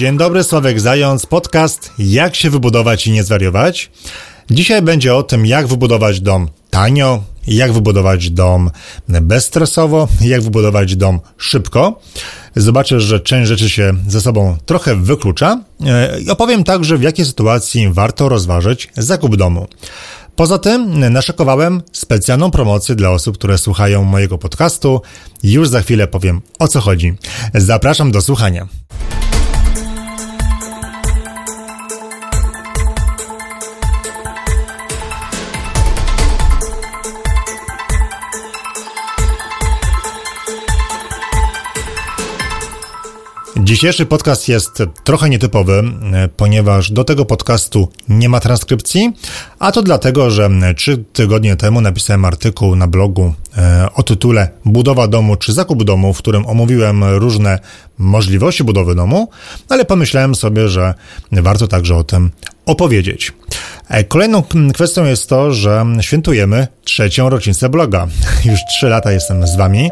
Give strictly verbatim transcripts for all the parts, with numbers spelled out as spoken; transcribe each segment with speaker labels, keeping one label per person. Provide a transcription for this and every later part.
Speaker 1: Dzień dobry, Sławek Zając, podcast Jak się wybudować i nie zwariować. Dzisiaj będzie o tym, jak wybudować dom tanio, jak wybudować dom bezstresowo, jak wybudować dom szybko. Zobaczę, że część rzeczy się ze sobą trochę wyklucza. I opowiem także, w jakiej sytuacji warto rozważyć zakup domu. Poza tym naszykowałem specjalną promocję dla osób, które słuchają mojego podcastu. Już za chwilę powiem, o co chodzi. Zapraszam do słuchania. Dzisiejszy podcast jest trochę nietypowy, ponieważ do tego podcastu nie ma transkrypcji, a to dlatego, że trzy tygodnie temu napisałem artykuł na blogu o tytule Budowa domu czy zakup domu, w którym omówiłem różne możliwości budowy domu, ale pomyślałem sobie, że warto także o tym opowiedzieć. Kolejną kwestią jest to, że świętujemy trzecią rocznicę bloga. Już trzy lata jestem z wami.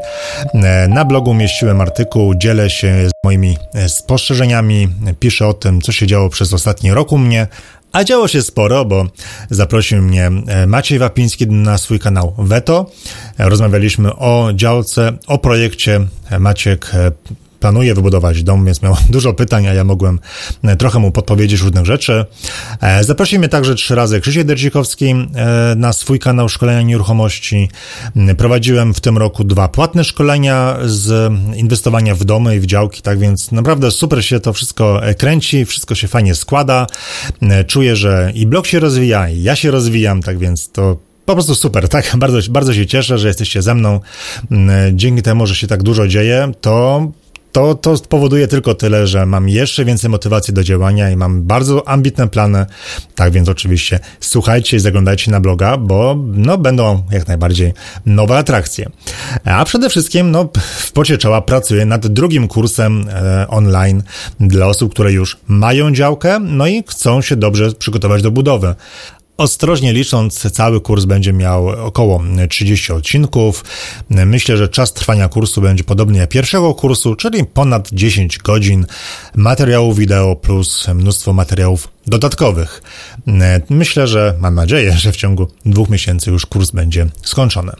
Speaker 1: Na blogu umieściłem artykuł, dzielę się z moimi spostrzeżeniami, piszę o tym, co się działo przez ostatni rok u mnie, a działo się sporo, bo zaprosił mnie Maciej Wapiński na swój kanał Veto. Rozmawialiśmy o działce, o projekcie. Maciek planuje wybudować dom, więc miał dużo pytań, a ja mogłem trochę mu podpowiedzieć różnych rzeczy. Zaprosił mnie także trzy razy Krzysiek Derdzikowski na swój kanał Szkolenia Nieruchomości. Prowadziłem w tym roku dwa płatne szkolenia z inwestowania w domy i w działki, tak więc naprawdę super się to wszystko kręci, wszystko się fajnie składa. Czuję, że i blog się rozwija, i ja się rozwijam, tak więc to po prostu super, tak? Bardzo, bardzo się cieszę, że jesteście ze mną. Dzięki temu, że się tak dużo dzieje, to To, to powoduje tylko tyle, że mam jeszcze więcej motywacji do działania i mam bardzo ambitne plany. Tak więc oczywiście słuchajcie i zaglądajcie na bloga, bo no, będą jak najbardziej nowe atrakcje. A przede wszystkim no, w pocie czoła pracuję nad drugim kursem e, online dla osób, które już mają działkę, no i chcą się dobrze przygotować do budowy. Ostrożnie licząc, cały kurs będzie miał około trzydzieści odcinków. Myślę, że czas trwania kursu będzie podobny jak pierwszego kursu, czyli ponad dziesięć godzin materiału wideo plus mnóstwo materiałów dodatkowych. Myślę, że mam nadzieję, że w ciągu dwóch miesięcy już kurs będzie skończony.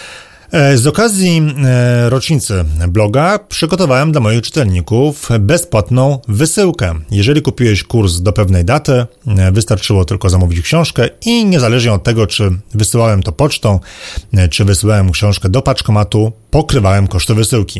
Speaker 1: Z okazji rocznicy bloga przygotowałem dla moich czytelników bezpłatną wysyłkę. Jeżeli kupiłeś kurs do pewnej daty, wystarczyło tylko zamówić książkę i niezależnie od tego, czy wysyłałem to pocztą, czy wysyłałem książkę do paczkomatu, pokrywałem koszty wysyłki.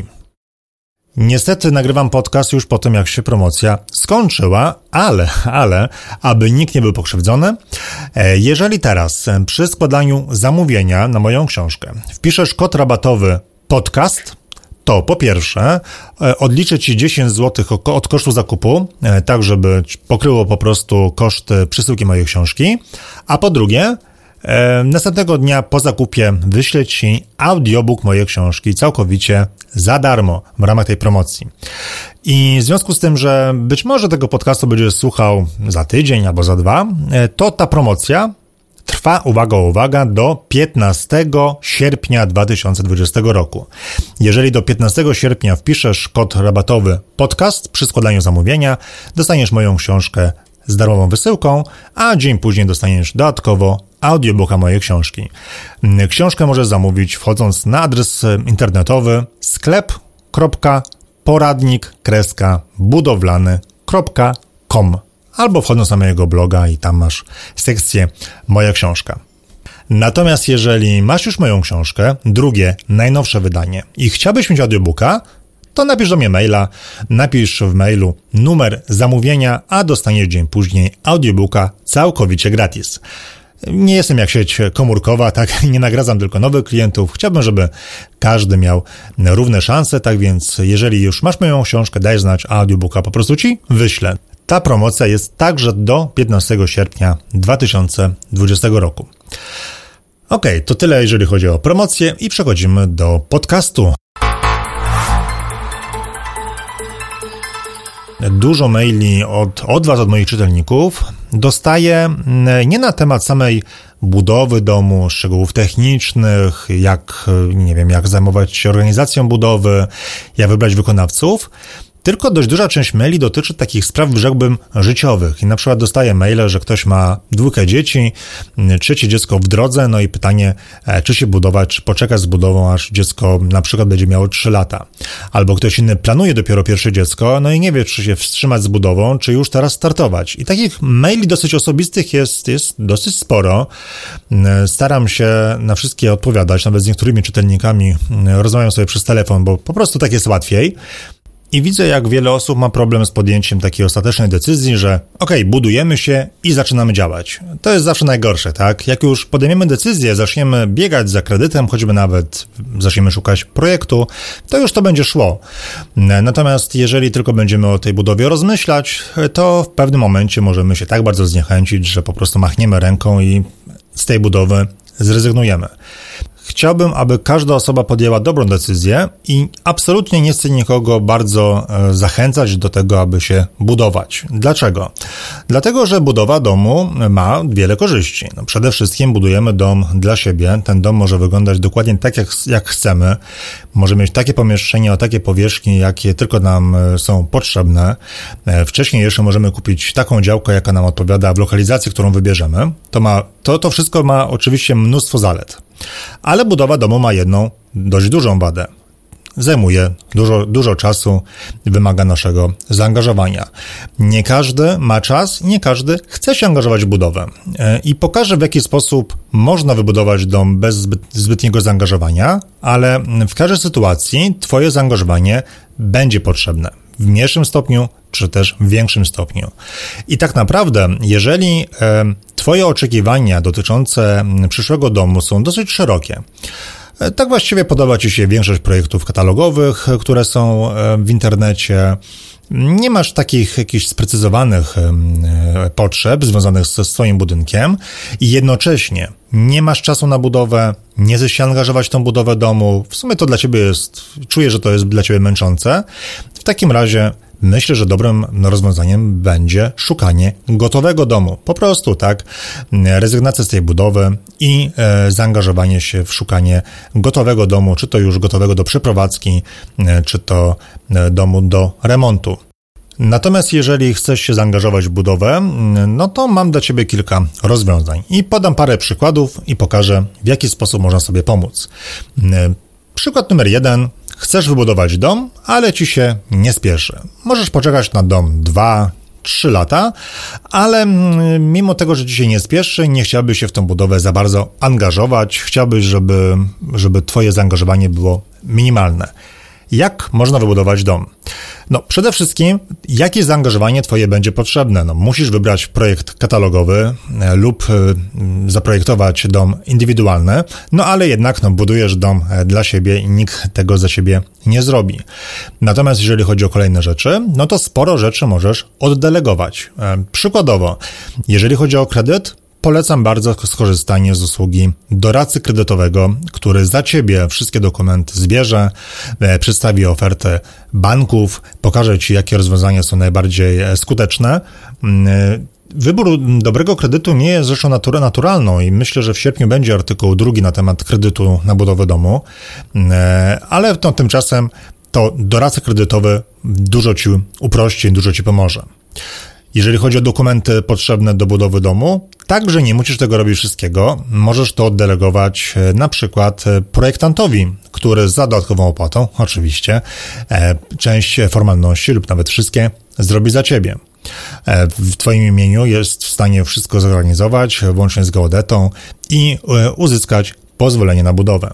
Speaker 1: Niestety nagrywam podcast już po tym, jak się promocja skończyła, ale, ale, aby nikt nie był pokrzywdzony, jeżeli teraz przy składaniu zamówienia na moją książkę wpiszesz kod rabatowy podcast, to po pierwsze odliczę Ci dziesięć złotych od kosztu zakupu, tak żeby pokryło po prostu koszt przesyłki mojej książki, a po drugie następnego dnia po zakupie wyślę Ci audiobook mojej książki całkowicie za darmo w ramach tej promocji. I w związku z tym, że być może tego podcastu będziesz słuchał za tydzień albo za dwa, to ta promocja trwa, uwaga, uwaga, do piętnastego sierpnia dwa tysiące dwudziestego roku. Jeżeli do piętnastego sierpnia wpiszesz kod rabatowy podcast przy składaniu zamówienia, dostaniesz moją książkę z darmową wysyłką, a dzień później dostaniesz dodatkowo audiobooka mojej książki. Książkę możesz zamówić wchodząc na adres internetowy sklep kropka poradnik kropka budowlany kropka com albo wchodząc na mojego bloga i tam masz sekcję Moja książka. Natomiast jeżeli masz już moją książkę, drugie, najnowsze wydanie i chciałbyś mieć audiobooka, to napisz do mnie maila, napisz w mailu numer zamówienia, a dostaniesz dzień później audiobooka całkowicie gratis. Nie jestem jak sieć komórkowa, tak, nie nagradzam tylko nowych klientów. Chciałbym, żeby każdy miał równe szanse, tak więc jeżeli już masz moją książkę, daj znać, a audiobooka po prostu Ci wyślę. Ta promocja jest także do piętnastego sierpnia dwa tysiące dwudziestego roku. Ok, to tyle jeżeli chodzi o promocję i przechodzimy do podcastu. Dużo maili od, od Was, od moich czytelników dostaję nie na temat samej budowy domu, szczegółów technicznych, jak, nie wiem, jak zajmować się organizacją budowy, jak wybrać wykonawców, tylko dość duża część maili dotyczy takich spraw, rzekłbym, życiowych. I na przykład dostaję maile, że ktoś ma dwójkę dzieci, trzecie dziecko w drodze, no i pytanie, czy się budować, czy poczekać z budową, aż dziecko na przykład będzie miało trzy lata. Albo ktoś inny planuje dopiero pierwsze dziecko, no i nie wie, czy się wstrzymać z budową, czy już teraz startować. I takich maili dosyć osobistych jest, jest dosyć sporo. Staram się na wszystkie odpowiadać, nawet z niektórymi czytelnikami rozmawiam sobie przez telefon, bo po prostu tak jest łatwiej. I widzę, jak wiele osób ma problem z podjęciem takiej ostatecznej decyzji, że okej, okay, budujemy się i zaczynamy działać. To jest zawsze najgorsze, tak? Jak już podejmiemy decyzję, zaczniemy biegać za kredytem, choćby nawet zaczniemy szukać projektu, to już to będzie szło. Natomiast jeżeli tylko będziemy o tej budowie rozmyślać, to w pewnym momencie możemy się tak bardzo zniechęcić, że po prostu machniemy ręką i z tej budowy zrezygnujemy. Chciałbym, aby każda osoba podjęła dobrą decyzję i absolutnie nie chcę nikogo bardzo zachęcać do tego, aby się budować. Dlaczego? Dlatego, że budowa domu ma wiele korzyści. No, przede wszystkim budujemy dom dla siebie. Ten dom może wyglądać dokładnie tak, jak, jak chcemy. Może mieć takie pomieszczenia o takie powierzchni, jakie tylko nam są potrzebne. Wcześniej jeszcze możemy kupić taką działkę, jaka nam odpowiada w lokalizacji, którą wybierzemy. To, ma, to, to wszystko ma oczywiście mnóstwo zalet. Ale budowa domu ma jedną dość dużą wadę. Zajmuje dużo, dużo czasu, wymaga naszego zaangażowania. Nie każdy ma czas, nie każdy chce się angażować w budowę. I pokażę, w jaki sposób można wybudować dom bez zbyt, zbytniego zaangażowania, ale w każdej sytuacji twoje zaangażowanie będzie potrzebne. W mniejszym stopniu, czy też w większym stopniu. I tak naprawdę, jeżeli e, twoje oczekiwania dotyczące przyszłego domu są dosyć szerokie, e, tak właściwie podoba ci się większość projektów katalogowych, które są e, w internecie, nie masz takich jakichś sprecyzowanych e, potrzeb związanych ze swoim budynkiem i jednocześnie nie masz czasu na budowę, nie chcesz się angażować w tą budowę domu, w sumie to dla ciebie jest, czuję, że to jest dla ciebie męczące, w takim razie myślę, że dobrym rozwiązaniem będzie szukanie gotowego domu. Po prostu, tak, rezygnacja z tej budowy i e, zaangażowanie się w szukanie gotowego domu, czy to już gotowego do przeprowadzki, e, czy to e, domu do remontu. Natomiast jeżeli chcesz się zaangażować w budowę, no to mam dla ciebie kilka rozwiązań i podam parę przykładów i pokażę, w jaki sposób można sobie pomóc. E, przykład numer jeden. Chcesz wybudować dom, ale ci się nie spieszy. Możesz poczekać na dom dwa, trzy lata, ale mimo tego, że ci się nie spieszy, nie chciałbyś się w tą budowę za bardzo angażować, chciałbyś, żeby, żeby twoje zaangażowanie było minimalne. Jak można wybudować dom? No, przede wszystkim, jakie zaangażowanie twoje będzie potrzebne? No, musisz wybrać projekt katalogowy e, lub e, zaprojektować dom indywidualny, no ale jednak no, budujesz dom e, dla siebie i nikt tego za ciebie nie zrobi. Natomiast jeżeli chodzi o kolejne rzeczy, no to sporo rzeczy możesz oddelegować. E, przykładowo, jeżeli chodzi o kredyt, polecam bardzo skorzystanie z usługi doradcy kredytowego, który za ciebie wszystkie dokumenty zbierze, e, przedstawi ofertę banków, pokaże ci, jakie rozwiązania są najbardziej skuteczne. E, Wybór dobrego kredytu nie jest rzeczą natur- naturalną i myślę, że w sierpniu będzie artykuł drugi na temat kredytu na budowę domu, e, ale no, tymczasem to doradca kredytowy dużo ci uprości, dużo ci pomoże. Jeżeli chodzi o dokumenty potrzebne do budowy domu, także nie musisz tego robić wszystkiego. Możesz to oddelegować na przykład projektantowi, który za dodatkową opłatą, oczywiście, część formalności lub nawet wszystkie zrobi za ciebie. W twoim imieniu jest w stanie wszystko zorganizować, włącznie z geodetą i uzyskać pozwolenie na budowę.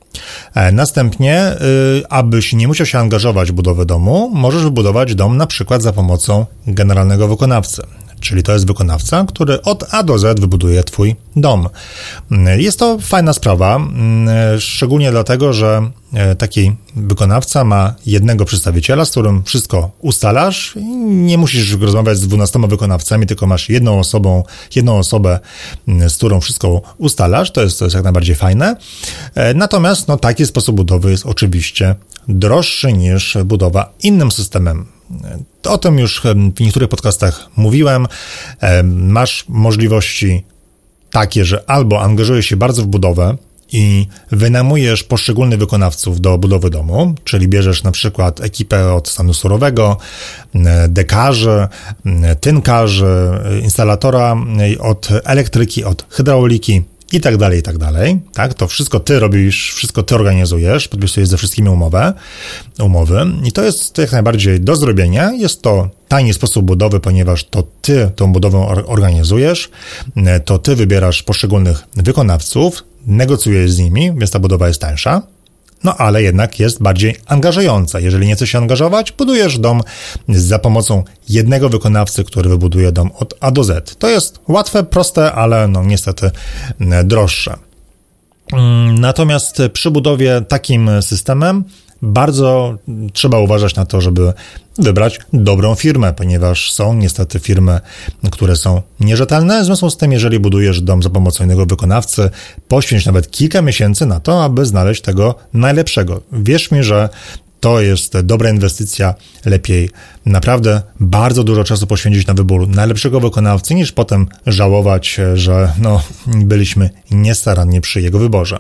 Speaker 1: Następnie, abyś nie musiał się angażować w budowę domu, możesz wybudować dom na przykład za pomocą generalnego wykonawcy. Czyli to jest wykonawca, który od A do Z wybuduje twój dom. Jest to fajna sprawa, szczególnie dlatego, że taki wykonawca ma jednego przedstawiciela, z którym wszystko ustalasz i nie musisz rozmawiać z dwunastoma wykonawcami, tylko masz jedną osobą, jedną osobę, z którą wszystko ustalasz. To jest, to jest jak najbardziej fajne. Natomiast no, taki sposób budowy jest oczywiście droższy niż budowa innym systemem. O tym już w niektórych podcastach mówiłem. Masz możliwości takie, że albo angażujesz się bardzo w budowę i wynajmujesz poszczególnych wykonawców do budowy domu, czyli bierzesz na przykład ekipę od stanu surowego, dekarzy, tynkarzy, instalatora od elektryki, od hydrauliki i tak dalej, i tak dalej, tak, to wszystko ty robisz, wszystko ty organizujesz, podpisujesz ze wszystkimi umowę, umowy i to jest jak najbardziej do zrobienia, jest to tani sposób budowy, ponieważ to ty tą budowę organizujesz, to ty wybierasz poszczególnych wykonawców, negocjujesz z nimi, więc ta budowa jest tańsza, no ale jednak jest bardziej angażująca. Jeżeli nie chcesz się angażować, budujesz dom za pomocą jednego wykonawcy, który wybuduje dom od A do Z. To jest łatwe, proste, ale no niestety droższe. Natomiast przy budowie takim systemem bardzo trzeba uważać na to, żeby wybrać dobrą firmę, ponieważ są niestety firmy, które są nierzetelne. W związku z tym, jeżeli budujesz dom za pomocą innego wykonawcy, poświęć nawet kilka miesięcy na to, aby znaleźć tego najlepszego. Wierz mi, że to jest dobra inwestycja. Lepiej naprawdę bardzo dużo czasu poświęcić na wybór najlepszego wykonawcy, niż potem żałować, że no, byliśmy niestaranni przy jego wyborze.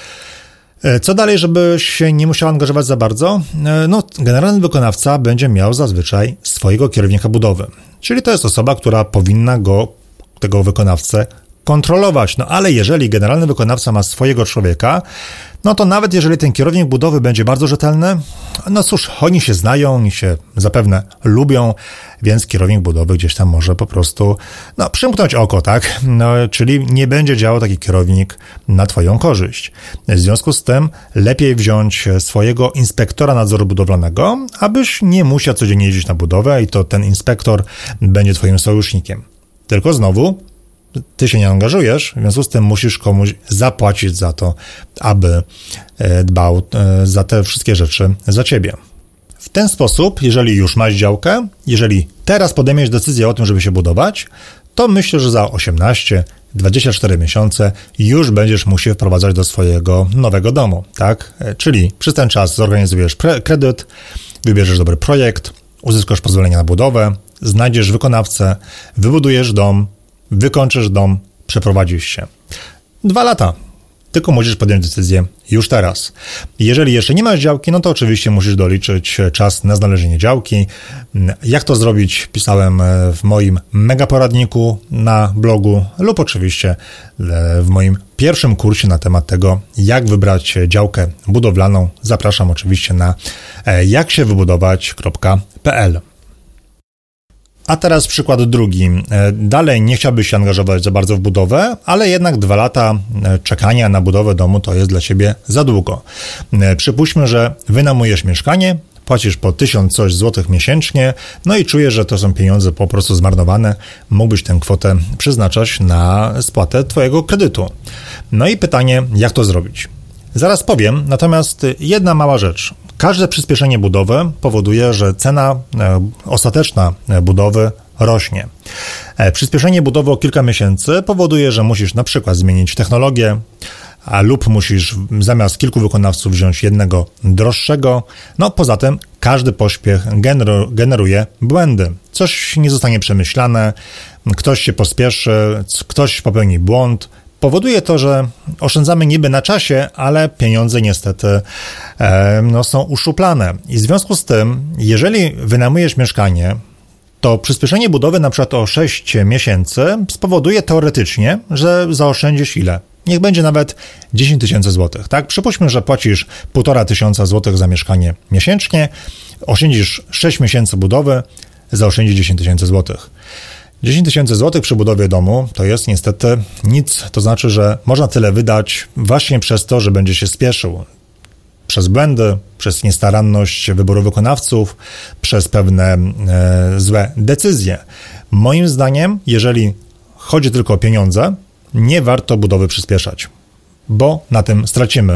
Speaker 1: Co dalej, żebyś się nie musiał angażować za bardzo? No, generalny wykonawca będzie miał zazwyczaj swojego kierownika budowy, czyli to jest osoba, która powinna go, tego wykonawcę, kontrolować. No ale jeżeli generalny wykonawca ma swojego człowieka, no to nawet jeżeli ten kierownik budowy będzie bardzo rzetelny, no cóż, oni się znają, oni się zapewne lubią, więc kierownik budowy gdzieś tam może po prostu, no, przymknąć oko, tak? No, czyli nie będzie działał taki kierownik na twoją korzyść. W związku z tym lepiej wziąć swojego inspektora nadzoru budowlanego, abyś nie musiał codziennie jeździć na budowę i to ten inspektor będzie twoim sojusznikiem. Tylko znowu, ty się nie angażujesz, w związku z tym musisz komuś zapłacić za to, aby dbał za te wszystkie rzeczy za ciebie. W ten sposób, jeżeli już masz działkę, jeżeli teraz podejmiesz decyzję o tym, żeby się budować, to myślę, że za osiemnaście dwadzieścia cztery miesiące już będziesz musiał wprowadzać do swojego nowego domu, tak? Czyli przez ten czas zorganizujesz pre- kredyt, wybierzesz dobry projekt, uzyskasz pozwolenie na budowę, znajdziesz wykonawcę, wybudujesz dom, wykończysz dom, przeprowadzisz się. Dwa lata. Tylko musisz podjąć decyzję już teraz. Jeżeli jeszcze nie masz działki, no to oczywiście musisz doliczyć czas na znalezienie działki. Jak to zrobić, pisałem w moim mega poradniku na blogu lub oczywiście w moim pierwszym kursie na temat tego, jak wybrać działkę budowlaną. Zapraszam oczywiście na jaksiewybudować kropka pe el. A teraz przykład drugi. Dalej nie chciałbyś się angażować za bardzo w budowę, ale jednak dwa lata czekania na budowę domu to jest dla ciebie za długo. Przypuśćmy, że wynajmujesz mieszkanie, płacisz po tysiąc coś złotych miesięcznie, no i czujesz, że to są pieniądze po prostu zmarnowane, mógłbyś tę kwotę przeznaczać na spłatę twojego kredytu. No i pytanie, jak to zrobić? Zaraz powiem, natomiast jedna mała rzecz. Każde przyspieszenie budowy powoduje, że cena e, ostateczna budowy rośnie. E, przyspieszenie budowy o kilka miesięcy powoduje, że musisz na przykład zmienić technologię, a lub musisz zamiast kilku wykonawców wziąć jednego droższego. No poza tym każdy pośpiech gener- generuje błędy. Coś nie zostanie przemyślane, ktoś się pospieszy, ktoś popełni błąd. Powoduje to, że oszczędzamy niby na czasie, ale pieniądze niestety e, no, są uszczuplane. I w związku z tym, jeżeli wynajmujesz mieszkanie, to przyspieszenie budowy na przykład o sześć miesięcy spowoduje teoretycznie, że zaoszczędzisz ile? Niech będzie nawet dziesięć tysięcy złotych, tak? Przypuśćmy, że płacisz półtora tysiąca złotych za mieszkanie miesięcznie, oszczędzisz sześć miesięcy budowy, zaoszczędzisz dziesięć tysięcy złotych. dziesięć tysięcy złotych przy budowie domu to jest niestety nic, to znaczy, że można tyle wydać właśnie przez to, że będzie się spieszył. Przez błędy, przez niestaranność wyboru wykonawców, przez pewne e, złe decyzje. Moim zdaniem, jeżeli chodzi tylko o pieniądze, nie warto budowy przyspieszać, bo na tym stracimy.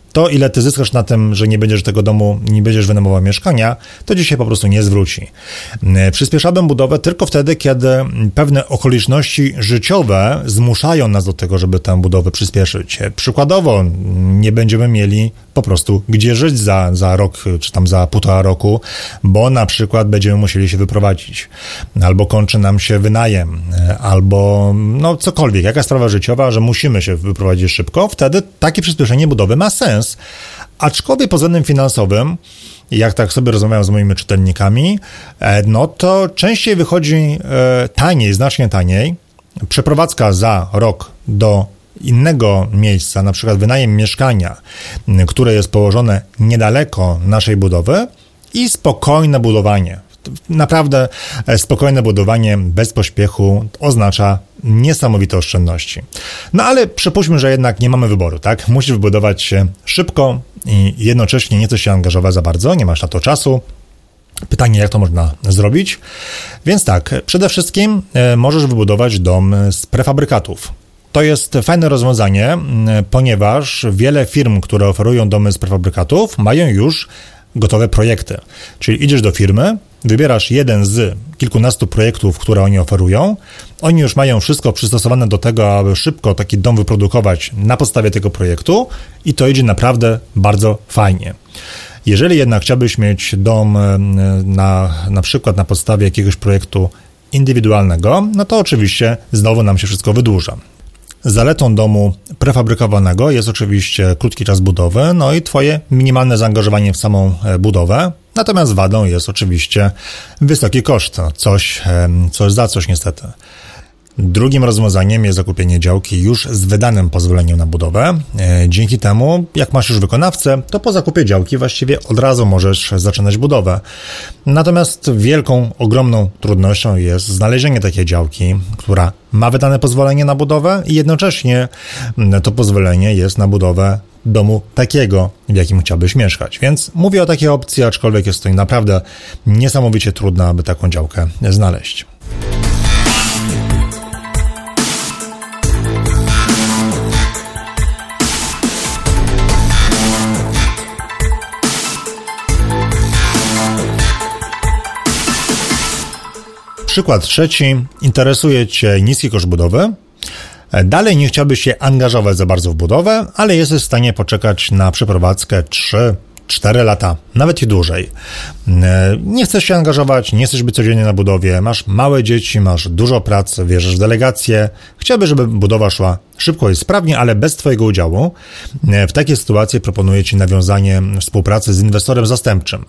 Speaker 1: to ile ty zyskasz na tym, że nie będziesz tego domu, nie będziesz wynajmował mieszkania, to dzisiaj po prostu nie zwróci. Przyspieszałbym budowę tylko wtedy, kiedy pewne okoliczności życiowe zmuszają nas do tego, żeby tę budowę przyspieszyć. Przykładowo nie będziemy mieli po prostu gdzie żyć za, za rok, czy tam za półtora roku, bo na przykład będziemy musieli się wyprowadzić, albo kończy nam się wynajem, albo no cokolwiek, jaka sprawa życiowa, że musimy się wyprowadzić szybko, wtedy takie przyspieszenie budowy ma sens. Aczkolwiek pod względem finansowym, jak tak sobie rozmawiam z moimi czytelnikami, no to częściej wychodzi taniej, znacznie taniej, przeprowadzka za rok do innego miejsca, na przykład wynajem mieszkania, które jest położone niedaleko naszej budowy i spokojne budowanie. Naprawdę spokojne budowanie bez pośpiechu oznacza niesamowite oszczędności. No ale przypuśćmy, że jednak nie mamy wyboru, tak? Musisz wybudować się szybko i jednocześnie nie chcesz się angażować za bardzo, nie masz na to czasu. Pytanie, jak to można zrobić? Więc tak, przede wszystkim możesz wybudować dom z prefabrykatów. To jest fajne rozwiązanie, ponieważ wiele firm, które oferują domy z prefabrykatów, mają już gotowe projekty. Czyli idziesz do firmy, wybierasz jeden z kilkunastu projektów, które oni oferują. Oni już mają wszystko przystosowane do tego, aby szybko taki dom wyprodukować na podstawie tego projektu i to idzie naprawdę bardzo fajnie. Jeżeli jednak chciałbyś mieć dom na, na przykład na podstawie jakiegoś projektu indywidualnego, no to oczywiście znowu nam się wszystko wydłuża. Zaletą domu prefabrykowanego jest oczywiście krótki czas budowy, no i twoje minimalne zaangażowanie w samą budowę. Natomiast wadą jest oczywiście wysoki koszt, coś, coś za coś niestety. Drugim rozwiązaniem jest zakupienie działki już z wydanym pozwoleniem na budowę. Dzięki temu, jak masz już wykonawcę, to po zakupie działki właściwie od razu możesz zaczynać budowę. Natomiast wielką, ogromną trudnością jest znalezienie takiej działki, która ma wydane pozwolenie na budowę i jednocześnie to pozwolenie jest na budowę domu takiego, w jakim chciałbyś mieszkać. Więc mówię o takiej opcji, aczkolwiek jest to naprawdę niesamowicie trudno, aby taką działkę znaleźć. Przykład trzeci. Interesuje cię niski koszt budowy. Dalej nie chciałbyś się angażować za bardzo w budowę, ale jesteś w stanie poczekać na przeprowadzkę trzy cztery lata, nawet i dłużej. Nie chcesz się angażować, nie chcesz być codziennie na budowie, masz małe dzieci, masz dużo pracy, wierzysz w delegację, chciałbyś, żeby budowa szła szybko i sprawnie, ale bez twojego udziału. W takiej sytuacji proponuję ci nawiązanie współpracy z inwestorem zastępczym.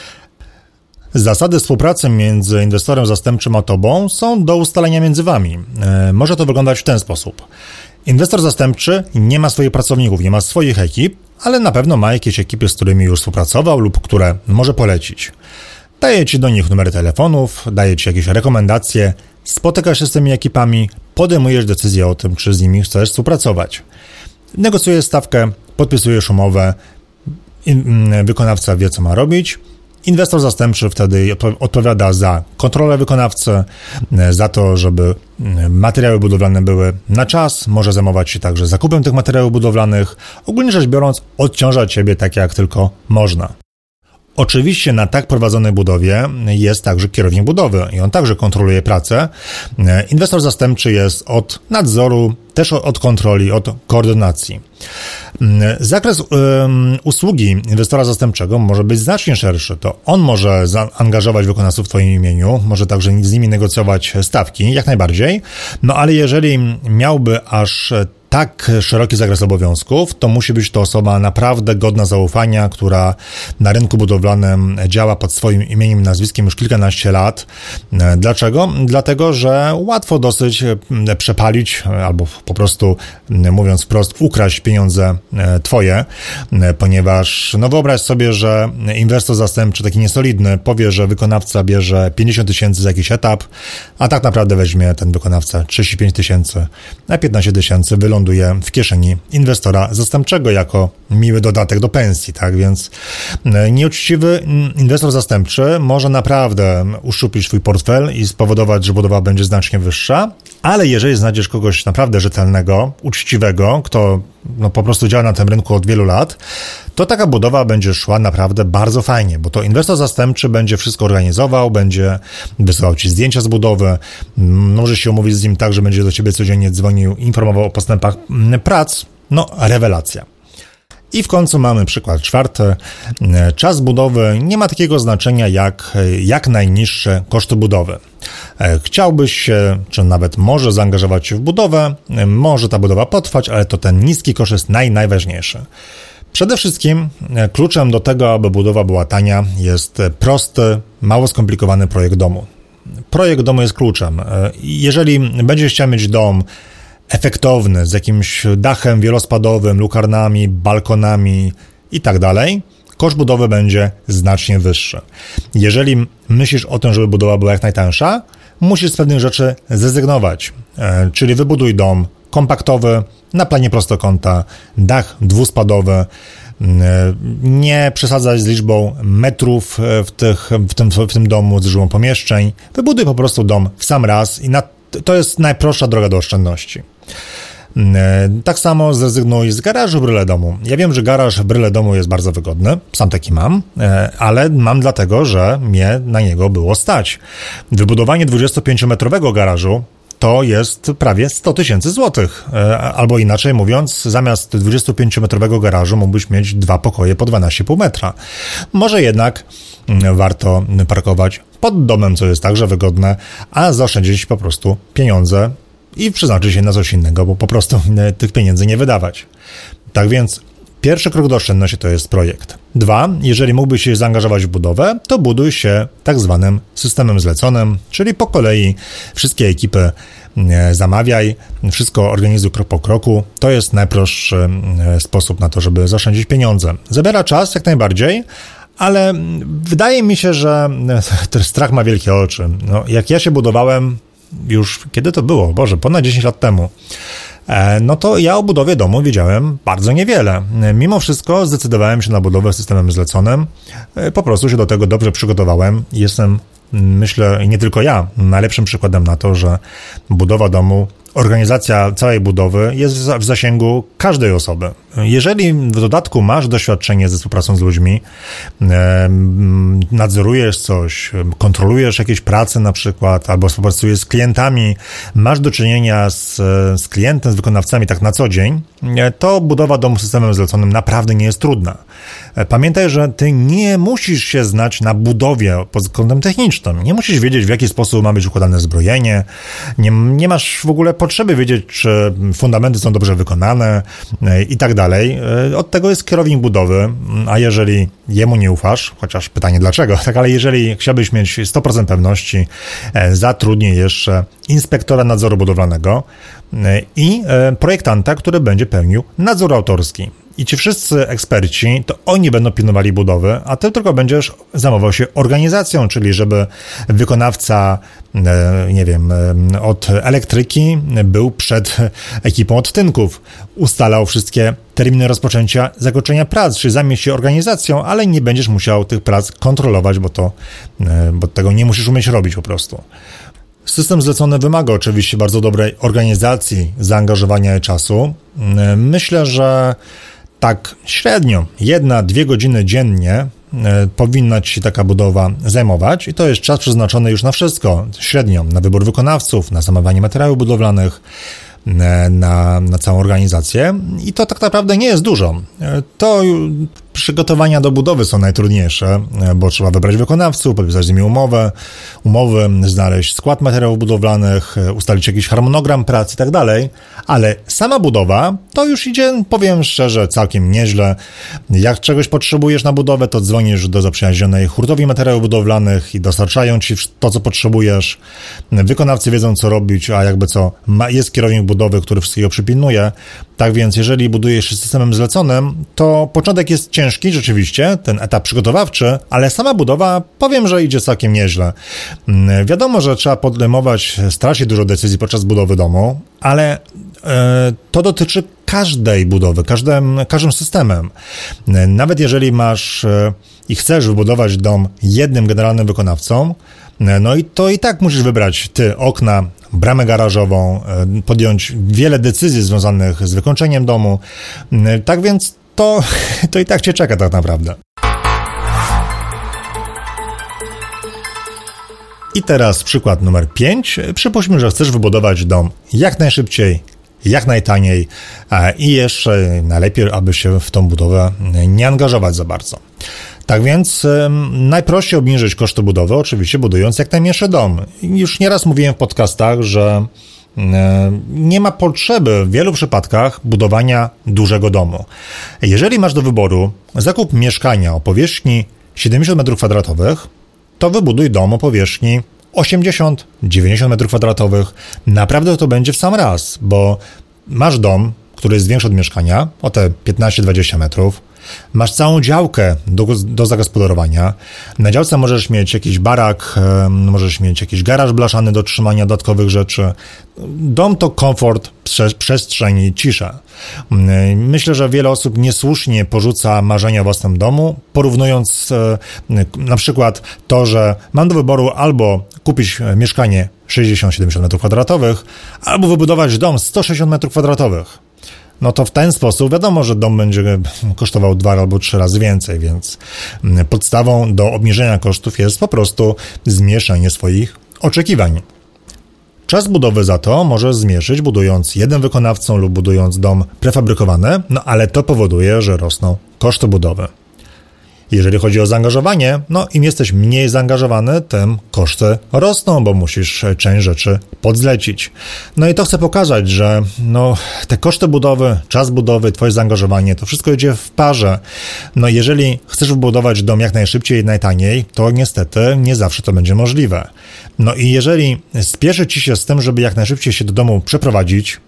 Speaker 1: Zasady współpracy między inwestorem zastępczym a tobą są do ustalenia między wami. E, może to wyglądać w ten sposób. Inwestor zastępczy nie ma swoich pracowników, nie ma swoich ekip, ale na pewno ma jakieś ekipy, z którymi już współpracował lub które może polecić. Daje ci do nich numery telefonów, daje ci jakieś rekomendacje, spotykasz się z tymi ekipami, podejmujesz decyzję o tym, czy z nimi chcesz współpracować. Negocjujesz stawkę, podpisujesz umowę, wykonawca wie, co ma robić. Inwestor zastępczy wtedy odpowiada za kontrolę wykonawcy, za to, żeby materiały budowlane były na czas, może zajmować się także zakupem tych materiałów budowlanych. Ogólnie rzecz biorąc, odciąża ciebie tak jak tylko można. Oczywiście na tak prowadzonej budowie jest także kierownik budowy i on także kontroluje pracę. Inwestor zastępczy jest od nadzoru, też od kontroli, od koordynacji. Zakres um, usługi inwestora zastępczego może być znacznie szerszy. To on może zaangażować wykonawców w twoim imieniu, może także z nimi negocjować stawki, jak najbardziej. No ale jeżeli miałby aż tak szeroki zakres obowiązków, to musi być to osoba naprawdę godna zaufania, która na rynku budowlanym działa pod swoim imieniem i nazwiskiem już kilkanaście lat. Dlaczego? Dlatego, że łatwo dosyć przepalić albo po prostu, mówiąc wprost, ukraść pieniądze twoje, ponieważ no wyobraź sobie, że inwestor zastępczy, taki niesolidny, powie, że wykonawca bierze pięćdziesiąt tysięcy za jakiś etap, a tak naprawdę weźmie ten wykonawca trzydzieści pięć tysięcy, a piętnaście tysięcy wyląduje w kieszeni inwestora zastępczego jako miły dodatek do pensji, tak? Więc nieuczciwy inwestor zastępczy może naprawdę uszczuplić twój portfel i spowodować, że budowa będzie znacznie wyższa, ale jeżeli znajdziesz kogoś naprawdę rzetelnego, uczciwego, kto no po prostu działa na tym rynku od wielu lat, to taka budowa będzie szła naprawdę bardzo fajnie, bo to inwestor zastępczy będzie wszystko organizował, będzie wysyłał ci zdjęcia z budowy, możesz się umówić z nim tak, że będzie do ciebie codziennie dzwonił, informował o postępach prac. No, rewelacja. I w końcu mamy przykład czwarty. Czas budowy nie ma takiego znaczenia jak jak najniższe koszty budowy. Chciałbyś się, czy nawet może zaangażować się w budowę, może ta budowa potrwać, ale to ten niski koszt jest naj, najważniejszy. Przede wszystkim kluczem do tego, aby budowa była tania, jest prosty, mało skomplikowany projekt domu. Projekt domu jest kluczem. Jeżeli będziesz chciał mieć dom efektowny, z jakimś dachem wielospadowym, lukarnami, balkonami i tak dalej, koszt budowy będzie znacznie wyższy. Jeżeli myślisz o tym, żeby budowa była jak najtańsza, musisz z pewnych rzeczy zrezygnować, e, czyli wybuduj dom kompaktowy, na planie prostokąta, dach dwuspadowy, e, nie przesadzaj z liczbą metrów w, tych, w, tym, w tym domu, z liczbą pomieszczeń, wybuduj po prostu dom w sam raz i na, to jest najprostsza droga do oszczędności. Tak samo zrezygnuj z garażu w bryle domu. Ja wiem, że garaż w bryle domu jest bardzo wygodny, sam taki mam, ale mam dlatego, że mnie na niego było stać. Wybudowanie dwudziestopięciometrowego garażu to jest prawie sto tysięcy złotych. Albo inaczej mówiąc, zamiast dwudziestopięciometrowego garażu mógłbyś mieć dwa pokoje po dwanaście i pół metra. Może jednak warto parkować pod domem, co jest także wygodne, a zaoszczędzić po prostu pieniądze i przeznaczyć się na coś innego, bo po prostu tych pieniędzy nie wydawać. Tak więc pierwszy krok do oszczędności to jest projekt. Dwa, jeżeli mógłbyś się zaangażować w budowę, to buduj się tak zwanym systemem zleconym, czyli po kolei wszystkie ekipy zamawiaj, wszystko organizuj krok po kroku. To jest najprostszy sposób na to, żeby zaoszczędzić pieniądze. Zabiera czas jak najbardziej, ale wydaje mi się, że ten strach ma wielkie oczy. No, jak ja się budowałem już, kiedy to było? Boże, ponad dziesięć lat temu. No to ja o budowie domu wiedziałem bardzo niewiele. Mimo wszystko zdecydowałem się na budowę systemem zleconym. Po prostu się do tego dobrze przygotowałem. Jestem, myślę, i nie tylko ja, najlepszym przykładem na to, że budowa domu, organizacja całej budowy jest w zasięgu każdej osoby. Jeżeli w dodatku masz doświadczenie ze współpracą z ludźmi, nadzorujesz coś, kontrolujesz jakieś prace na przykład, albo współpracujesz z klientami, masz do czynienia z, z klientem, z wykonawcami tak na co dzień, to budowa domu systemem zleconym naprawdę nie jest trudna. Pamiętaj, że ty nie musisz się znać na budowie pod względem technicznym. Nie musisz wiedzieć, w jaki sposób ma być układane zbrojenie. Nie, nie masz w ogóle potrzeby wiedzieć, czy fundamenty są dobrze wykonane i tak dalej. Od tego jest kierownik budowy, a jeżeli jemu nie ufasz, chociaż pytanie dlaczego, tak, ale jeżeli chciałbyś mieć sto procent pewności, zatrudnij jeszcze inspektora nadzoru budowlanego i projektanta, który będzie pełnił nadzór autorski. I ci wszyscy eksperci, to oni będą pilnowali budowy, a ty tylko będziesz zajmował się organizacją, czyli żeby wykonawca, nie wiem, od elektryki był przed ekipą od tynków, ustalał wszystkie terminy rozpoczęcia, zakończenia prac, czyli zajmie się organizacją, ale nie będziesz musiał tych prac kontrolować, bo to, bo tego nie musisz umieć robić po prostu. System zlecony wymaga oczywiście bardzo dobrej organizacji, zaangażowania i czasu. Myślę, że tak średnio, jedna, dwie godziny dziennie e, powinna ci się taka budowa zajmować i to jest czas przeznaczony już na wszystko, średnio, na wybór wykonawców, na zamawianie materiałów budowlanych, e, na, na całą organizację i to tak naprawdę nie jest dużo. E, to przygotowania do budowy są najtrudniejsze, bo trzeba wybrać wykonawców, podpisać z nimi umowę, umowy, znaleźć skład materiałów budowlanych, ustalić jakiś harmonogram pracy i tak dalej, ale sama budowa to już idzie, powiem szczerze, całkiem nieźle. Jak czegoś potrzebujesz na budowę, to dzwonisz do zaprzyjaźnionej hurtowni materiałów budowlanych i dostarczają ci to, co potrzebujesz. Wykonawcy wiedzą, co robić, a jakby co, jest kierownik budowy, który wszystkiego przypilnuje. Tak więc, jeżeli budujesz się systemem zleconym, to początek jest ciężki, rzeczywiście, ten etap przygotowawczy, ale sama budowa, powiem, że idzie całkiem nieźle. Wiadomo, że trzeba podejmować strasznie dużo decyzji podczas budowy domu, ale e, to dotyczy każdej budowy, każdym, każdym systemem. Nawet jeżeli masz i chcesz wybudować dom jednym generalnym wykonawcą, no i to i tak musisz wybrać ty okna, bramę garażową, podjąć wiele decyzji związanych z wykończeniem domu. Tak więc to, to i tak cię czeka tak naprawdę. I teraz przykład numer pięć. Przypuśćmy, że chcesz wybudować dom jak najszybciej, jak najtaniej i jeszcze najlepiej, aby się w tą budowę nie angażować za bardzo. Tak więc y, najprościej obniżyć koszty budowy, oczywiście budując jak najmniejszy dom. Już nieraz mówiłem w podcastach, że y, nie ma potrzeby w wielu przypadkach budowania dużego domu. Jeżeli masz do wyboru zakup mieszkania o powierzchni siedemdziesiąt metrów kwadratowych, to wybuduj dom o powierzchni osiemdziesiąt do dziewięćdziesięciu metrów kwadratowych. Naprawdę to będzie w sam raz, bo masz dom, który jest większy od mieszkania, o te piętnaście do dwudziestu metrów. Masz całą działkę do, do zagospodarowania. Na działce możesz mieć jakiś barak, możesz mieć jakiś garaż blaszany do trzymania dodatkowych rzeczy. Dom to komfort, prze, przestrzeń i cisza. Myślę, że wiele osób niesłusznie porzuca marzenia o własnym domu, porównując na przykład to, że mam do wyboru albo kupić mieszkanie sześćdziesiąt do siedemdziesięciu metrów kwadratowych, albo wybudować dom sto sześćdziesiąt metrów kwadratowych. No to w ten sposób wiadomo, że dom będzie kosztował dwa albo trzy razy więcej, więc podstawą do obniżenia kosztów jest po prostu zmniejszenie swoich oczekiwań. Czas budowy za to może zmniejszyć, budując jednym wykonawcą lub budując dom prefabrykowany, no ale to powoduje, że rosną koszty budowy. Jeżeli chodzi o zaangażowanie, no im jesteś mniej zaangażowany, tym koszty rosną, bo musisz część rzeczy podzlecić. No i to chcę pokazać, że no, te koszty budowy, czas budowy, twoje zaangażowanie, to wszystko idzie w parze. No jeżeli chcesz wybudować dom jak najszybciej i najtaniej, to niestety nie zawsze to będzie możliwe. No i jeżeli spieszy ci się z tym, żeby jak najszybciej się do domu przeprowadzić,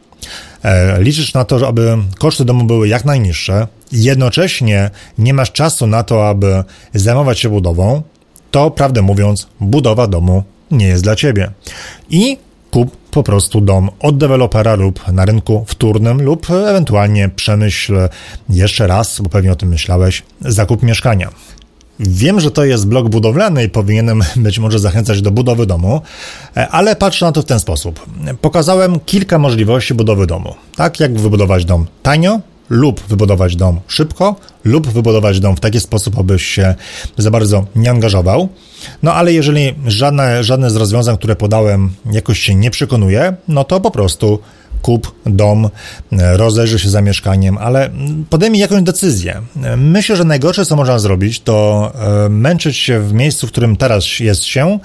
Speaker 1: liczysz na to, aby koszty domu były jak najniższe i jednocześnie nie masz czasu na to, aby zajmować się budową, to prawdę mówiąc, budowa domu nie jest dla ciebie. I kup po prostu dom od dewelopera lub na rynku wtórnym lub ewentualnie przemyśl jeszcze raz, bo pewnie o tym myślałeś, zakup mieszkania. Wiem, że to jest blog budowlany i powinienem być może zachęcać do budowy domu, ale patrzę na to w ten sposób. Pokazałem kilka możliwości budowy domu. Tak, jak wybudować dom tanio, lub wybudować dom szybko, lub wybudować dom w taki sposób, abyś się za bardzo nie angażował. No ale jeżeli żadne, żadne z rozwiązań, które podałem, jakoś się nie przekonuje, no to po prostu kup dom, rozejrzyj się za mieszkaniem, ale podejmij jakąś decyzję. Myślę, że najgorsze, co można zrobić, to męczyć się w miejscu, w którym teraz jest się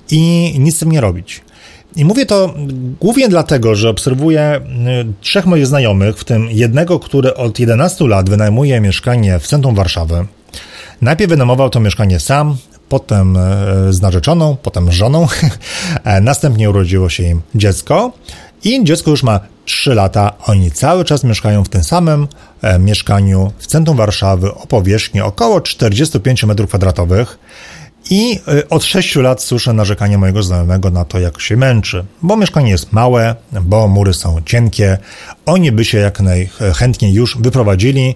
Speaker 1: i nic z tym nie robić. I mówię to głównie dlatego, że obserwuję trzech moich znajomych, w tym jednego, który od jedenastu lat wynajmuje mieszkanie w centrum Warszawy. Najpierw wynajmował to mieszkanie sam, potem z narzeczoną, potem z żoną, następnie urodziło się im dziecko i dziecko już ma trzy lata. Oni cały czas mieszkają w tym samym e, mieszkaniu w centrum Warszawy o powierzchni około czterdzieści pięć metrów kwadratowych i e, od sześciu lat słyszę narzekania mojego znajomego na to, jak się męczy, bo mieszkanie jest małe, bo mury są cienkie, oni by się jak najchętniej już wyprowadzili,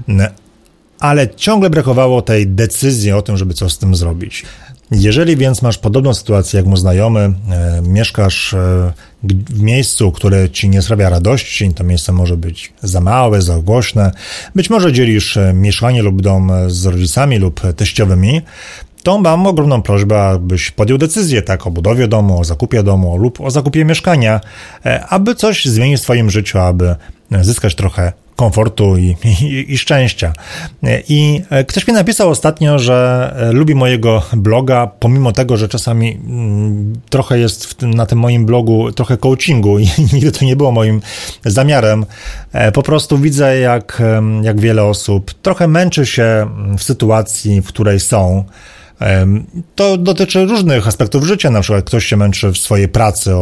Speaker 1: ale ciągle brakowało tej decyzji o tym, żeby coś z tym zrobić. Jeżeli więc masz podobną sytuację jak mój znajomy, e, mieszkasz e, w miejscu, które ci nie sprawia radości, to miejsce może być za małe, za głośne, być może dzielisz e, mieszkanie lub dom z rodzicami lub teściowymi, to mam ogromną prośbę, abyś podjął decyzję tak o budowie domu, o zakupie domu lub o zakupie mieszkania, e, aby coś zmienić w swoim życiu, aby zyskać trochę komfortu i, i, i szczęścia. I ktoś mi napisał ostatnio, że lubi mojego bloga, pomimo tego, że czasami mm, trochę jest w tym, na tym moim blogu trochę coachingu i nigdy to nie było moim zamiarem. Po prostu widzę, jak, jak wiele osób trochę męczy się w sytuacji, w której są. To dotyczy różnych aspektów życia, na przykład ktoś się męczy w swojej pracy od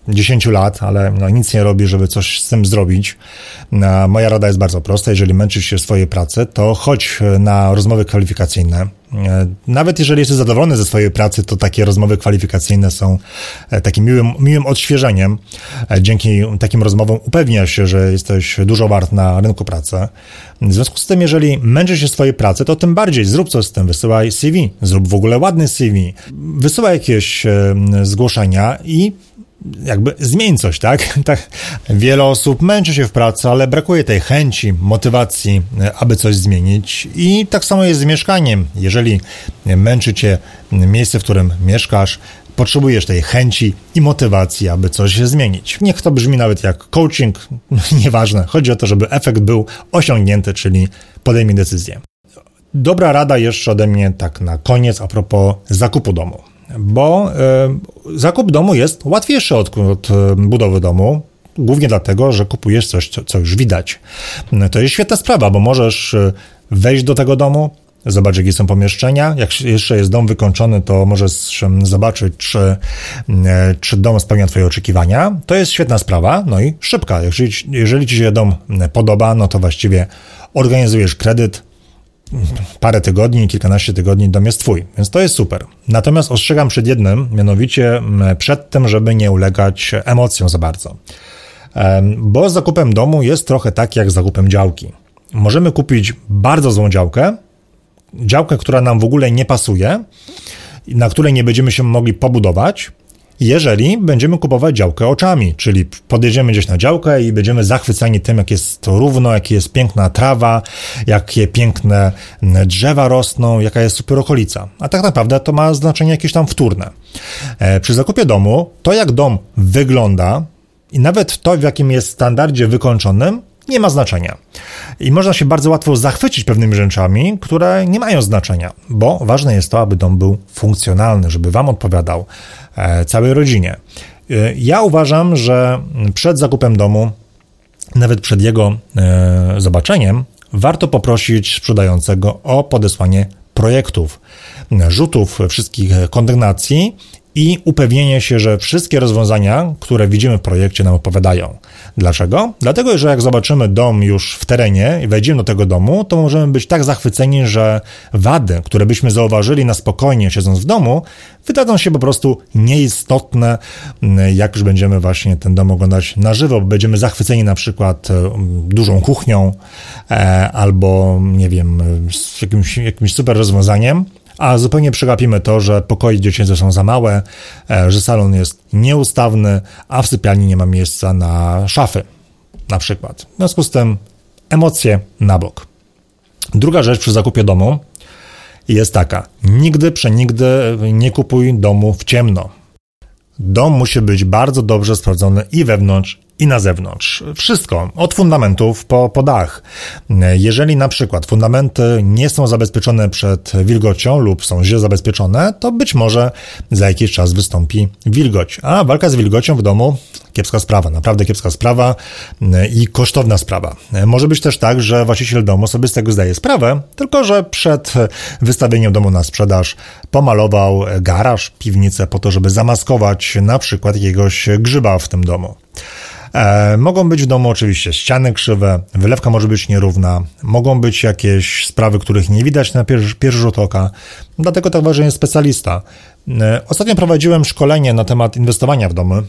Speaker 1: dziesięć lat, ale no, nic nie robi, żeby coś z tym zrobić. Moja rada jest bardzo prosta. Jeżeli męczysz się w swojej pracy, to chodź na rozmowy kwalifikacyjne. Nawet jeżeli jesteś zadowolony ze swojej pracy, to takie rozmowy kwalifikacyjne są takim miłym, miłym odświeżeniem. Dzięki takim rozmowom upewniasz się, że jesteś dużo wart na rynku pracy. W związku z tym, jeżeli męczysz się w swojej pracy, to tym bardziej zrób coś z tym. Wysyłaj C V, zrób w ogóle ładny C V, wysyłaj jakieś zgłoszenia i jakby zmień coś, tak? tak? Wiele osób męczy się w pracy, ale brakuje tej chęci, motywacji, aby coś zmienić. I tak samo jest z mieszkaniem. Jeżeli męczy cię miejsce, w którym mieszkasz, potrzebujesz tej chęci i motywacji, aby coś zmienić. Niech to brzmi nawet jak coaching, nieważne. Chodzi o to, żeby efekt był osiągnięty, czyli podejmij decyzję. Dobra rada jeszcze ode mnie tak na koniec a propos zakupu domu. Bo y, zakup domu jest łatwiejszy od, od y, budowy domu, głównie dlatego, że kupujesz coś, co, co już widać. To jest świetna sprawa, bo możesz y, wejść do tego domu, zobaczyć, jakie są pomieszczenia. Jak jeszcze jest dom wykończony, to możesz y, zobaczyć, czy, y, czy dom spełnia twoje oczekiwania. To jest świetna sprawa, no i szybka. Jeżeli, jeżeli ci się dom podoba, no to właściwie organizujesz kredyt, parę tygodni, kilkanaście tygodni dom jest twój, więc to jest super. Natomiast ostrzegam przed jednym, mianowicie przed tym, żeby nie ulegać emocjom za bardzo. Bo z zakupem domu jest trochę tak jak z zakupem działki. Możemy kupić bardzo złą działkę, działkę, która nam w ogóle nie pasuje, na której nie będziemy się mogli pobudować, jeżeli będziemy kupować działkę oczami, czyli podjedziemy gdzieś na działkę i będziemy zachwyceni tym, jak jest to równo, jaka jest piękna trawa, jakie piękne drzewa rosną, jaka jest super okolica. A tak naprawdę to ma znaczenie jakieś tam wtórne. Przy zakupie domu, to jak dom wygląda i nawet to, w jakim jest standardzie wykończonym, nie ma znaczenia. I można się bardzo łatwo zachwycić pewnymi rzeczami, które nie mają znaczenia, bo ważne jest to, aby dom był funkcjonalny, żeby wam odpowiadał, e, całej rodzinie. E, ja uważam, że przed zakupem domu, nawet przed jego e, zobaczeniem, warto poprosić sprzedającego o podesłanie projektów, rzutów wszystkich kondygnacji i upewnienie się, że wszystkie rozwiązania, które widzimy w projekcie, nam odpowiadają. Dlaczego? Dlatego, że jak zobaczymy dom już w terenie i wejdziemy do tego domu, to możemy być tak zachwyceni, że wady, które byśmy zauważyli na spokojnie siedząc w domu, wydadzą się po prostu nieistotne, jak już będziemy właśnie ten dom oglądać na żywo. Będziemy zachwyceni na przykład dużą kuchnią albo, nie wiem, jakimś, jakimś super rozwiązaniem, a zupełnie przegapimy to, że pokoje dziecięce są za małe, że salon jest nieustawny, a w sypialni nie ma miejsca na szafy, na przykład. W związku z tym emocje na bok. Druga rzecz przy zakupie domu jest taka. Nigdy, przenigdy nie kupuj domu w ciemno. Dom musi być bardzo dobrze sprawdzony i wewnątrz, i na zewnątrz. Wszystko, od fundamentów po, po dach. Jeżeli na przykład fundamenty nie są zabezpieczone przed wilgocią lub są źle zabezpieczone, to być może za jakiś czas wystąpi wilgoć. A walka z wilgocią w domu kiepska sprawa, naprawdę kiepska sprawa i kosztowna sprawa. Może być też tak, że właściciel domu sobie z tego zdaje sprawę, tylko że przed wystawieniem domu na sprzedaż pomalował garaż, piwnicę po to, żeby zamaskować na przykład jakiegoś grzyba w tym domu. E, mogą być w domu oczywiście ściany krzywe, wylewka może być nierówna, mogą być jakieś sprawy, których nie widać na pierwszy, pierwszy rzut oka, dlatego tak ważny jest specjalista. E, ostatnio prowadziłem szkolenie na temat inwestowania w domy.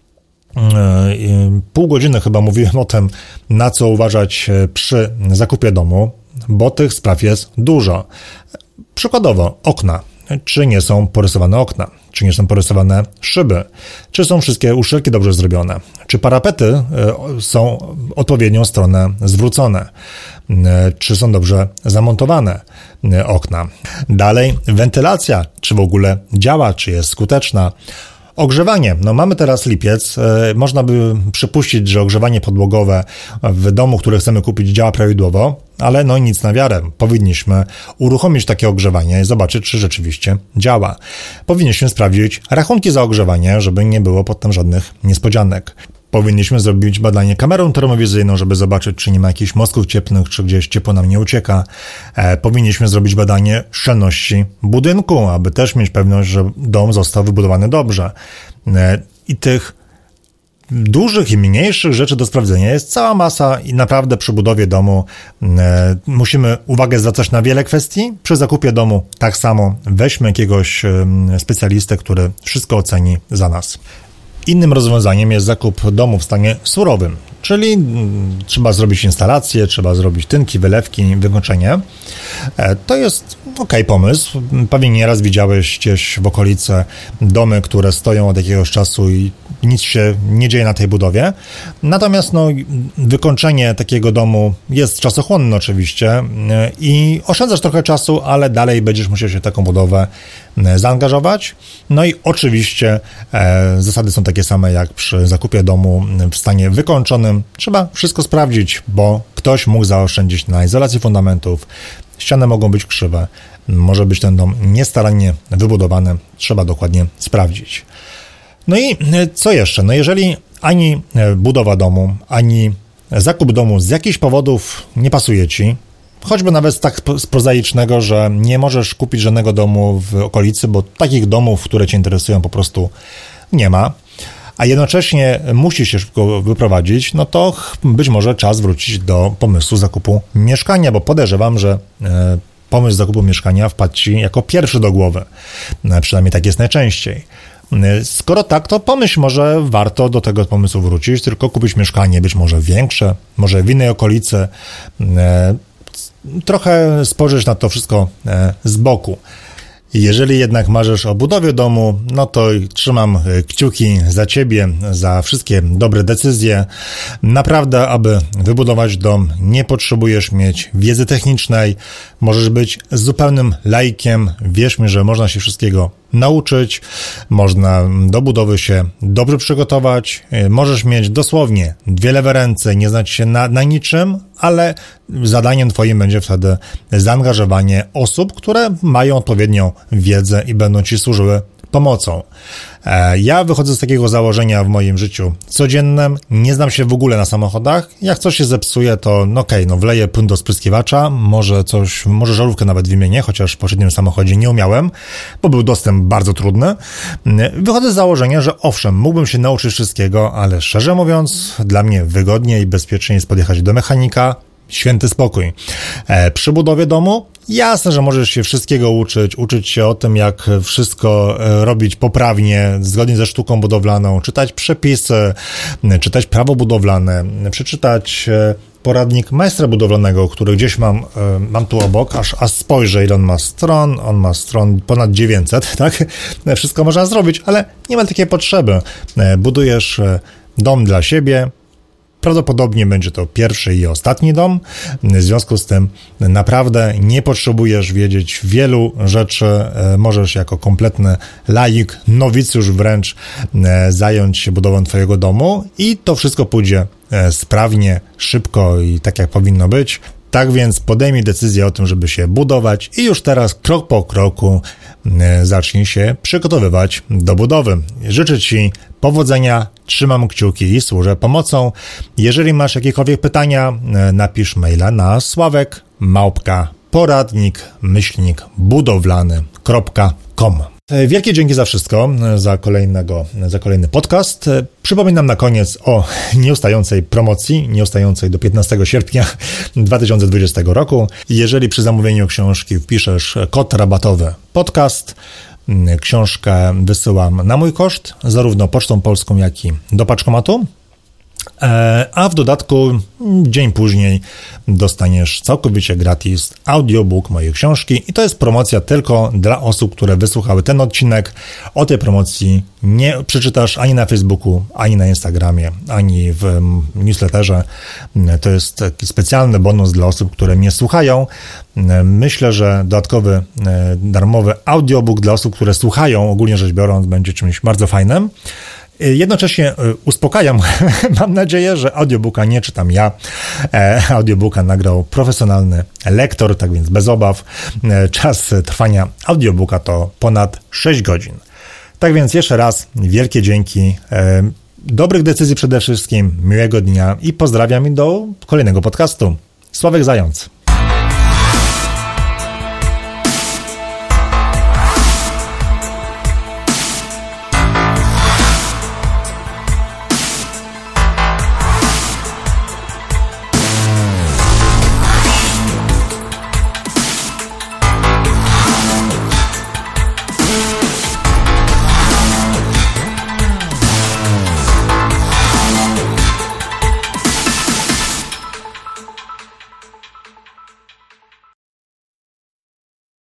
Speaker 1: Pół godziny chyba mówiłem o tym, na co uważać przy zakupie domu, bo tych spraw jest dużo. Przykładowo okna. Czy nie są porysowane okna? Czy nie są porysowane szyby? Czy są wszystkie uszczelki dobrze zrobione? Czy parapety są odpowiednią stronę zwrócone? Czy są dobrze zamontowane okna? Dalej, wentylacja. Czy w ogóle działa? Czy jest skuteczna? Ogrzewanie. No mamy teraz lipiec. Można by przypuścić, że ogrzewanie podłogowe w domu, który chcemy kupić, działa prawidłowo, ale no nic na wiarę. Powinniśmy uruchomić takie ogrzewanie i zobaczyć, czy rzeczywiście działa. Powinniśmy sprawdzić rachunki za ogrzewanie, żeby nie było potem żadnych niespodzianek. Powinniśmy zrobić badanie kamerą termowizyjną, żeby zobaczyć, czy nie ma jakichś mostków cieplnych, czy gdzieś ciepło nam nie ucieka. E, powinniśmy zrobić badanie szczelności budynku, aby też mieć pewność, że dom został wybudowany dobrze. E, I tych dużych i mniejszych rzeczy do sprawdzenia jest cała masa i naprawdę przy budowie domu e, musimy uwagę zwracać na wiele kwestii. Przy zakupie domu tak samo weźmy jakiegoś e, specjalistę, który wszystko oceni za nas. Innym rozwiązaniem jest zakup domu w stanie surowym, czyli mm, trzeba zrobić instalację, trzeba zrobić tynki, wylewki, wykończenie. E, to jest okej pomysł. Pewnie nieraz widziałeś gdzieś w okolicy domy, które stoją od jakiegoś czasu i nic się nie dzieje na tej budowie. Natomiast no, wykończenie takiego domu jest czasochłonne oczywiście i oszczędzasz trochę czasu, ale dalej będziesz musiał się w taką budowę zaangażować. No i oczywiście e, zasady są takie same jak przy zakupie domu w stanie wykończonym. Trzeba wszystko sprawdzić, bo ktoś mógł zaoszczędzić na izolacji fundamentów. Ściany mogą być krzywe, może być ten dom niestarannie wybudowany. Trzeba dokładnie sprawdzić. No i co jeszcze? No jeżeli ani budowa domu, ani zakup domu z jakichś powodów nie pasuje ci, choćby nawet tak z prozaicznego, że nie możesz kupić żadnego domu w okolicy, bo takich domów, które cię interesują, po prostu nie ma, a jednocześnie musisz się szybko wyprowadzić, no to być może czas wrócić do pomysłu zakupu mieszkania, bo podejrzewam, że pomysł zakupu mieszkania wpadł ci jako pierwszy do głowy. Przynajmniej tak jest najczęściej. Skoro tak, to pomyśl, może warto do tego pomysłu wrócić, tylko kupić mieszkanie, być może większe, może w innej okolicy, trochę spojrzeć na to wszystko z boku. Jeżeli jednak marzysz o budowie domu, no to trzymam kciuki za ciebie, za wszystkie dobre decyzje. Naprawdę, aby wybudować dom, nie potrzebujesz mieć wiedzy technicznej, możesz być zupełnym laikiem. Wierz mi, że można się wszystkiego nauczyć, można do budowy się dobrze przygotować, możesz mieć dosłownie dwie lewe ręce, nie znać się na, na niczym, ale zadaniem twoim będzie wtedy zaangażowanie osób, które mają odpowiednią wiedzę i będą ci służyły pomocą. Ja wychodzę z takiego założenia w moim życiu codziennym, nie znam się w ogóle na samochodach, jak coś się zepsuje, to no okej, okay, no wleję płyn do spryskiwacza, może coś, może żarówkę nawet wymienię, chociaż w poprzednim samochodzie nie umiałem, bo był dostęp bardzo trudny. Wychodzę z założenia, że owszem, mógłbym się nauczyć wszystkiego, ale szczerze mówiąc, dla mnie wygodniej i bezpiecznie jest podjechać do mechanika, święty spokój. E, przy budowie domu jasne, że możesz się wszystkiego uczyć, uczyć się o tym, jak wszystko robić poprawnie, zgodnie ze sztuką budowlaną, czytać przepisy, czytać prawo budowlane, przeczytać poradnik majstra budowlanego, który gdzieś mam, mam tu obok, aż, aż spojrzę, ile on ma stron, on ma stron ponad dziewięćset, tak? Wszystko można zrobić, ale nie ma takiej potrzeby. Budujesz dom dla siebie, prawdopodobnie będzie to pierwszy i ostatni dom. W związku z tym naprawdę nie potrzebujesz wiedzieć wielu rzeczy. Możesz jako kompletny laik, nowicjusz wręcz zająć się budową twojego domu i to wszystko pójdzie sprawnie, szybko i tak jak powinno być. Tak więc podejmij decyzję o tym, żeby się budować i już teraz krok po kroku zacznij się przygotowywać do budowy. Życzę ci powodzenia, trzymam kciuki i służę pomocą. Jeżeli masz jakiekolwiek pytania, napisz maila na sławek małpka poradnik myślnik budowlany kropka com. Wielkie dzięki za wszystko, za kolejnego, za kolejny podcast. Przypominam na koniec o nieustającej promocji, nieustającej do piętnastego sierpnia dwa tysiące dwudziestego roku. Jeżeli przy zamówieniu książki wpiszesz kod rabatowy podcast, książkę wysyłam na mój koszt, zarówno pocztą polską, jak i do paczkomatu. A w dodatku dzień później dostaniesz całkowicie gratis audiobook mojej książki i to jest promocja tylko dla osób, które wysłuchały ten odcinek. O tej promocji nie przeczytasz ani na Facebooku, ani na Instagramie, ani w newsletterze. To jest taki specjalny bonus dla osób, które mnie słuchają. Myślę, że dodatkowy darmowy audiobook dla osób, które słuchają, ogólnie rzecz biorąc, będzie czymś bardzo fajnym. Jednocześnie uspokajam, mam nadzieję, że audiobooka nie czytam ja. Audiobooka nagrał profesjonalny lektor, tak więc bez obaw. Czas trwania audiobooka to ponad sześć godzin. Tak więc jeszcze raz wielkie dzięki, dobrych decyzji przede wszystkim, miłego dnia i pozdrawiam i do kolejnego podcastu. Sławek Zając.